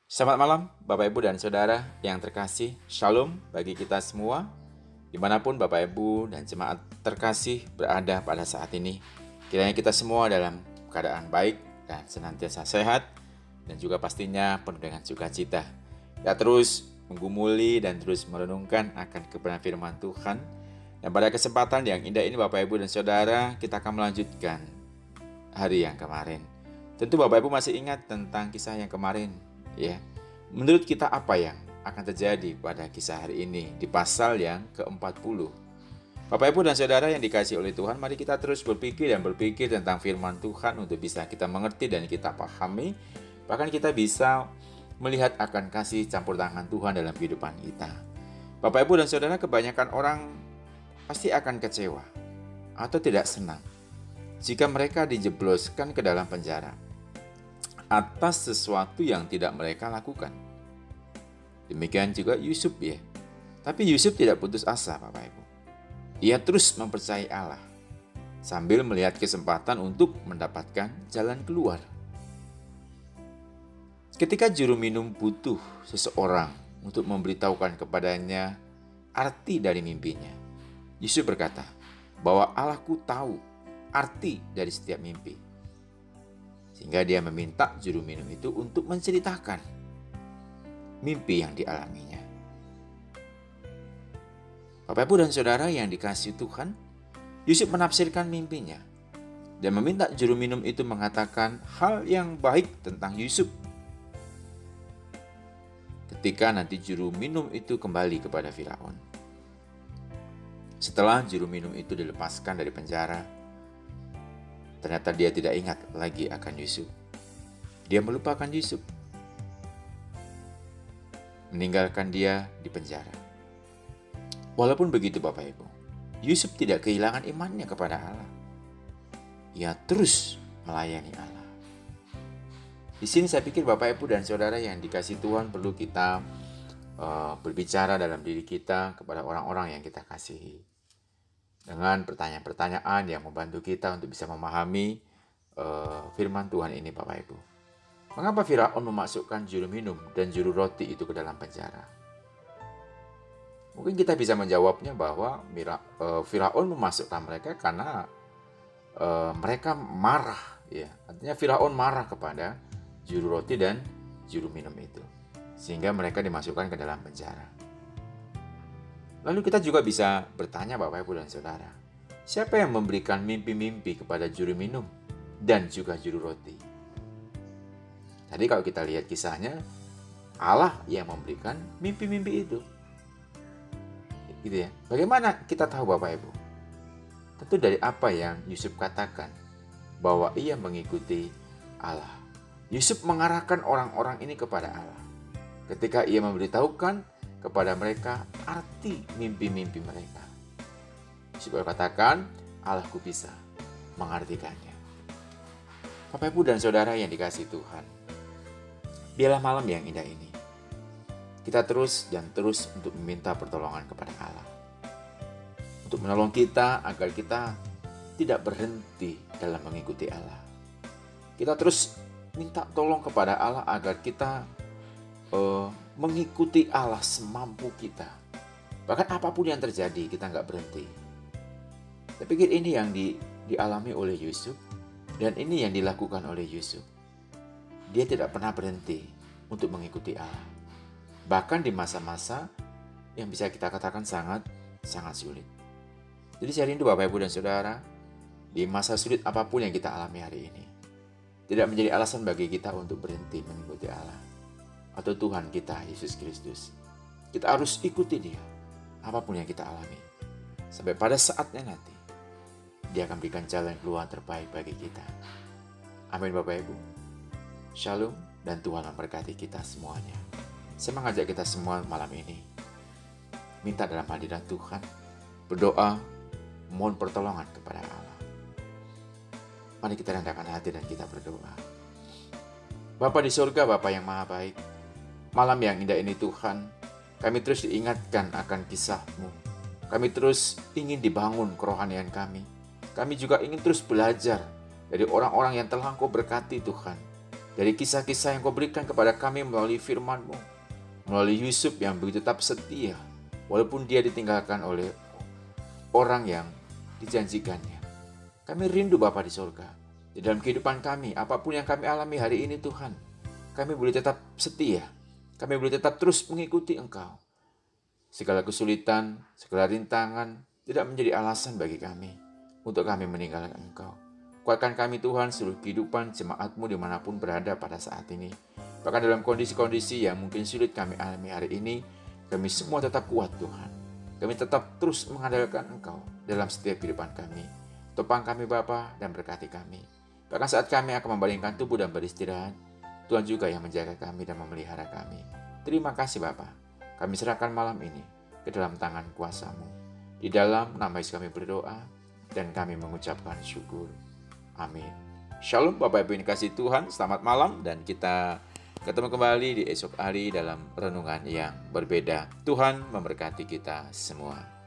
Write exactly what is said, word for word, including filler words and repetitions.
Selamat malam Bapak Ibu dan Saudara yang terkasih. Shalom bagi kita semua dimanapun Bapak Ibu dan jemaat terkasih berada pada saat ini. Kiranya kita semua dalam keadaan baik dan senantiasa sehat, dan juga pastinya penuh dengan sukacita. Kita terus menggumuli dan terus merenungkan akan kebenaran firman Tuhan. Dan pada kesempatan yang indah ini Bapak Ibu dan Saudara, kita akan melanjutkan hari yang kemarin. Tentu Bapak Ibu masih ingat tentang kisah yang kemarin, ya. Menurut kita apa yang akan terjadi pada kisah hari ini di pasal yang keempat puluh? Bapak Ibu dan Saudara yang dikasihi oleh Tuhan, mari kita terus berpikir dan berpikir tentang firman Tuhan untuk bisa kita mengerti dan kita pahami. Bahkan kita bisa melihat akan kasih campur tangan Tuhan dalam kehidupan kita. Bapak Ibu dan Saudara, kebanyakan orang pasti akan kecewa atau tidak senang jika mereka dijebloskan ke dalam penjara atas sesuatu yang tidak mereka lakukan. Demikian juga Yusuf, ya. Tapi Yusuf tidak putus asa, Bapak Ibu. Ia terus mempercayai Allah sambil melihat kesempatan untuk mendapatkan jalan keluar. Ketika juru minum butuh seseorang untuk memberitahukan kepadanya arti dari mimpinya, Yusuf berkata bahwa Allahku tahu arti dari setiap mimpi. Sehingga dia meminta juru minum itu untuk menceritakan mimpi yang dialaminya. Bapak Ibu dan Saudara yang dikasihi Tuhan, Yusuf menafsirkan mimpinya dan meminta juru minum itu mengatakan hal yang baik tentang Yusuf. Ketika nanti juru minum itu kembali kepada Firaun. Setelah juru minum itu dilepaskan dari penjara, ternyata dia tidak ingat lagi akan Yusuf. Dia melupakan Yusuf, meninggalkan dia di penjara. Walaupun begitu Bapak Ibu, Yusuf tidak kehilangan imannya kepada Allah. Ia terus melayani Allah. Di sini saya pikir Bapak Ibu dan Saudara yang dikasihi Tuhan, perlu kita uh, berbicara dalam diri kita kepada orang-orang yang kita kasihi, dengan pertanyaan-pertanyaan yang membantu kita untuk bisa memahami uh, firman Tuhan ini, Bapak Ibu. Mengapa Firaun memasukkan juru minum dan juru roti itu ke dalam penjara? Mungkin kita bisa menjawabnya bahwa uh, Firaun memasukkan mereka karena uh, mereka marah, ya. Artinya Firaun marah kepada juru roti dan juru minum itu, sehingga mereka dimasukkan ke dalam penjara. Lalu kita juga bisa bertanya Bapak Ibu dan Saudara, siapa yang memberikan mimpi-mimpi kepada juru minum dan juga juru roti? Tadi kalau kita lihat kisahnya, Allah yang memberikan mimpi-mimpi itu. Gitu ya. Bagaimana kita tahu Bapak Ibu? Tentu dari apa yang Yusuf katakan, bahwa ia mengikuti Allah. Yusuf mengarahkan orang-orang ini kepada Allah ketika ia memberitahukan kepada mereka arti mimpi-mimpi mereka. Yusuf katakan, Allahku bisa mengartikannya. Bapak Ibu dan Saudara yang dikasihi Tuhan, biarlah malam yang indah ini kita terus dan terus untuk meminta pertolongan kepada Allah, untuk menolong kita agar kita tidak berhenti dalam mengikuti Allah. Kita terus minta tolong kepada Allah agar kita uh, mengikuti Allah semampu kita. Bahkan apapun yang terjadi, kita nggak berhenti. Saya pikir ini yang di, dialami oleh Yusuf, dan ini yang dilakukan oleh Yusuf. Dia tidak pernah berhenti untuk mengikuti Allah. Bahkan di masa-masa yang bisa kita katakan sangat, sangat sulit. Jadi saya rindu Bapak Ibu dan Saudara, di masa sulit apapun yang kita alami hari ini, tidak menjadi alasan bagi kita untuk berhenti mengikuti Allah atau Tuhan kita, Yesus Kristus. Kita harus ikuti Dia, apapun yang kita alami. Sampai pada saatnya nanti, Dia akan berikan jalan keluar terbaik bagi kita. Amin Bapak Ibu. Shalom, dan Tuhan memberkati kita semuanya. Saya mengajak kita semua malam ini, minta dalam hadirat Tuhan, berdoa, mohon pertolongan kepada Allah. Mari kita rendahkan hati dan kita berdoa. Bapa di surga, Bapa yang maha baik, malam yang indah ini Tuhan, kami terus diingatkan akan kisah-Mu. Kami terus ingin dibangun kerohanian kami. Kami juga ingin terus belajar dari orang-orang yang telah Engkau berkati Tuhan. dari kisah-kisah yang kau berikan kepada kami melalui firman-Mu, melalui Yusuf yang begitu tetap setia, walaupun dia ditinggalkan oleh orang yang dijanjikannya. Kami rindu Bapa di surga. Di dalam kehidupan kami, apapun yang kami alami hari ini Tuhan, kami boleh tetap setia. Kami boleh tetap terus mengikuti Engkau. Segala kesulitan, segala rintangan tidak menjadi alasan bagi kami untuk kami meninggalkan Engkau. Kuatkan kami Tuhan seluruh kehidupan jemaat-Mu dimanapun berada pada saat ini. Bahkan dalam kondisi-kondisi yang mungkin sulit kami alami hari ini, kami semua tetap kuat Tuhan. Kami tetap terus mengandalkan Engkau dalam setiap kehidupan kami. Topang kami Bapa dan berkati kami. Bahkan saat kami akan membaringkan tubuh dan beristirahat, Tuhan juga yang menjaga kami dan memelihara kami. Terima kasih Bapa. Kami serahkan malam ini ke dalam tangan kuasa-Mu. Di dalam nama Yesus kami berdoa dan kami mengucapkan syukur. Amin. Shalom Bapak Ibu yang dikasihi Tuhan. Selamat malam dan kita ketemu kembali di esok hari dalam renungan yang berbeda. Tuhan memberkati kita semua.